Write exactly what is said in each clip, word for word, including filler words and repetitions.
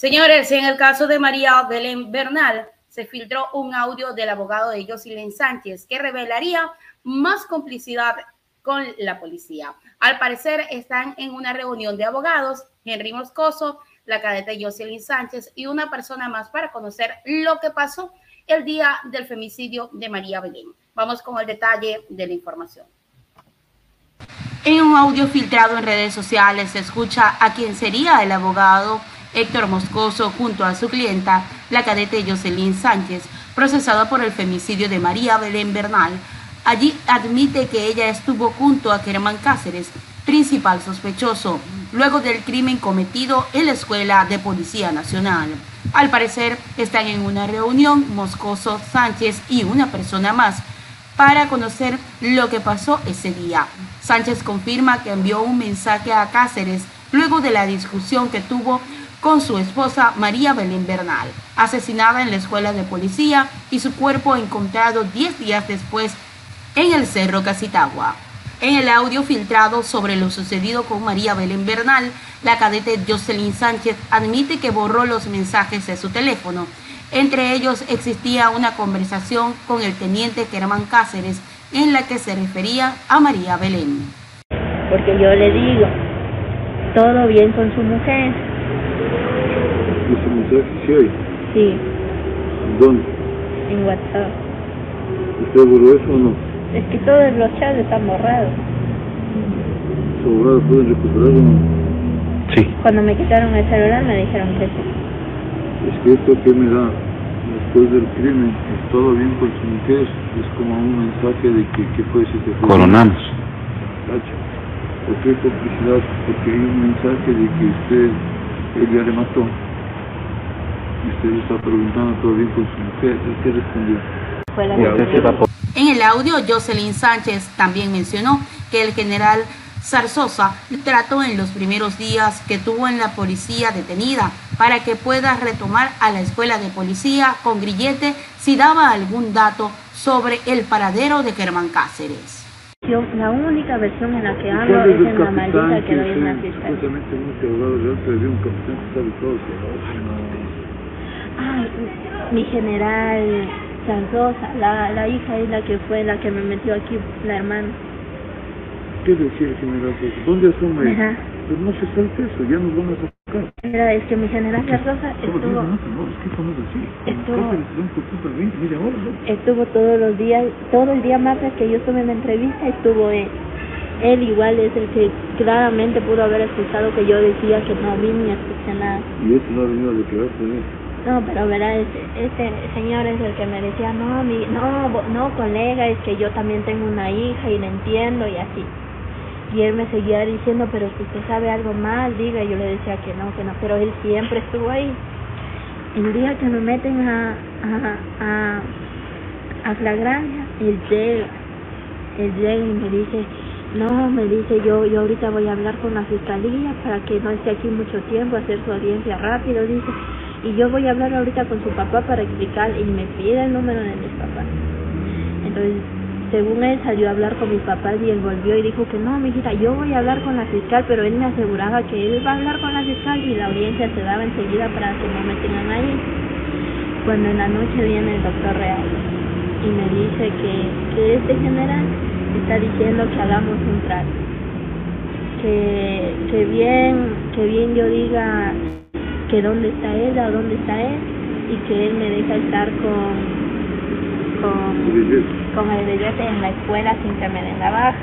Señores, en el caso de María Belén Bernal, se filtró un audio del abogado de Jocelyn Sánchez que revelaría más complicidad con la policía. Al parecer están en una reunión de abogados, Henry Moscoso, la cadete Jocelyn Sánchez y una persona más para conocer lo que pasó el día del femicidio de María Belén. Vamos con el detalle de la información. En un audio filtrado en redes sociales se escucha a quien sería el abogado Héctor Moscoso junto a su clienta, la cadete Jocelyn Sánchez, procesada por el femicidio de María Belén Bernal. Allí admite que ella estuvo junto a Germán Cáceres, principal sospechoso, luego del crimen cometido en la Escuela de Policía Nacional. Al parecer están en una reunión Moscoso, Sánchez y una persona más para conocer lo que pasó ese día. Sánchez confirma que envió un mensaje a Cáceres luego de la discusión que tuvo con su esposa María Belén Bernal, asesinada en la Escuela de Policía y su cuerpo encontrado diez días después en el Cerro Casitagua. En el audio filtrado sobre lo sucedido con María Belén Bernal, la cadete Jocelyn Sánchez admite que borró los mensajes de su teléfono. Entre ellos existía una conversación con el teniente Germán Cáceres en la que se refería a María Belén. Porque yo le digo, todo bien con su mujer. ¿Ese mensaje sí hay? Sí. ¿Dónde? En WhatsApp. ¿Usted borró eso o no? Es que todos los chats están borrados. ¿Los abogados pueden recuperarlo o no? Sí. Cuando me quitaron el celular me dijeron que sí. Es que esto que me da después del crimen, todo bien con su mujer, es como un mensaje de que, que fue ese que fue. Coronamos. ¿Cacha? ¿Por qué complicidad? Porque hay un mensaje de que usted, ella le mató. Y usted le está preguntando todo bien con su mujer. ¿Qué respondió? Fue la En el audio, Jocelyn Sánchez también mencionó que el general Zarzosa trató en los primeros días que tuvo en la policía detenida para que pueda retomar a la escuela de policía con grillete si daba algún dato sobre el paradero de Germán Cáceres. Yo, la única versión en la que hablo es en la maldita que doy en la fiscalía. Supuestamente muchos abogados de alta de un capitán que sabe todo. Ay, mi general Zarzosa, la, la hija es la que fue la que me metió aquí, la hermana. ¿Qué decía el general? ¿Dónde asume? Ajá. Pues no se salte eso, ya nos van a sacar. Mira, es que mi general Zarzosa estuvo, no, no, es que eso no es así. estuvo, Mira, ahora, ¿no? estuvo todos los días, todo el día martes que yo estuve en la entrevista estuvo él. Él igual es el que claramente pudo haber escuchado que yo decía que no vi ni escuché nada. Y este no ha venido a declararse de él. No, pero verá, este, este señor es el que me decía, no, mi, no, no, colega, es que yo también tengo una hija y le entiendo y así. Y él me seguía diciendo, pero si usted sabe algo mal, diga. Y yo le decía que no, que no, pero él siempre estuvo ahí. El día que me meten a, a, a, a flagrancia, él llega, él llega y me dice, no, me dice, yo, yo ahorita voy a hablar con la fiscalía para que no esté aquí mucho tiempo, hacer su audiencia rápido, dice. Y yo voy a hablar ahorita con su papá para explicar, y me pide el número de mis papás. Entonces, según él, salió a hablar con mis papás y él volvió y dijo que no, mijita, yo voy a hablar con la fiscal, pero él me aseguraba que él va a hablar con la fiscal y la audiencia se daba enseguida para que no me tengan ahí. Cuando en la noche viene el doctor Real y me dice que, que este general está diciendo que hagamos un trato, que, que bien, que bien yo diga que dónde está ella o dónde está él y que él me deja estar con con, con el billete en la escuela sin que me den la baja.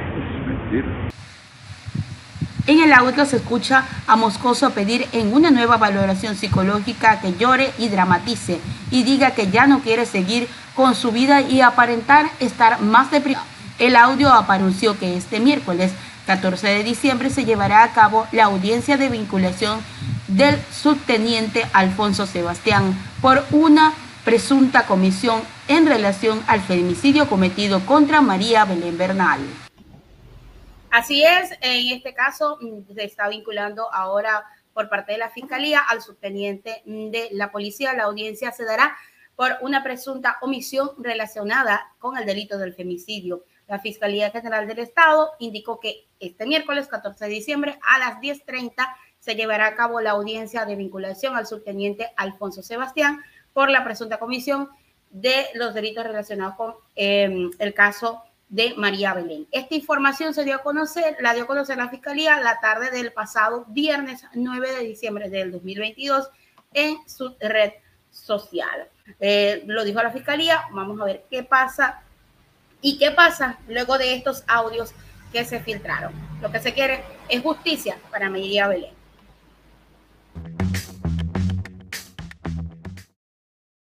En el audio se escucha a Moscoso pedir en una nueva valoración psicológica que llore y dramatice y diga que ya no quiere seguir con su vida y aparentar estar más deprimido. El audio anunció que este miércoles catorce de diciembre se llevará a cabo la audiencia de vinculación del subteniente Alfonso Sebastián por una presunta comisión en relación al femicidio cometido contra María Belén Bernal. Así es, en este caso se está vinculando ahora por parte de la Fiscalía al subteniente de la policía. La audiencia se dará por una presunta omisión relacionada con el delito del femicidio. La Fiscalía General del Estado indicó que este miércoles catorce de diciembre a las diez treinta se llevará a cabo la audiencia de vinculación al subteniente Alfonso Sebastián por la presunta comisión de los delitos relacionados con eh, el caso de María Belén. Esta información se dio a conocer, la dio a conocer la Fiscalía la tarde del pasado viernes nueve de diciembre del dos mil veintidós en su red social. Eh, lo dijo la Fiscalía, vamos a ver qué pasa y qué pasa luego de estos audios que se filtraron. Lo que se quiere es justicia para María Belén.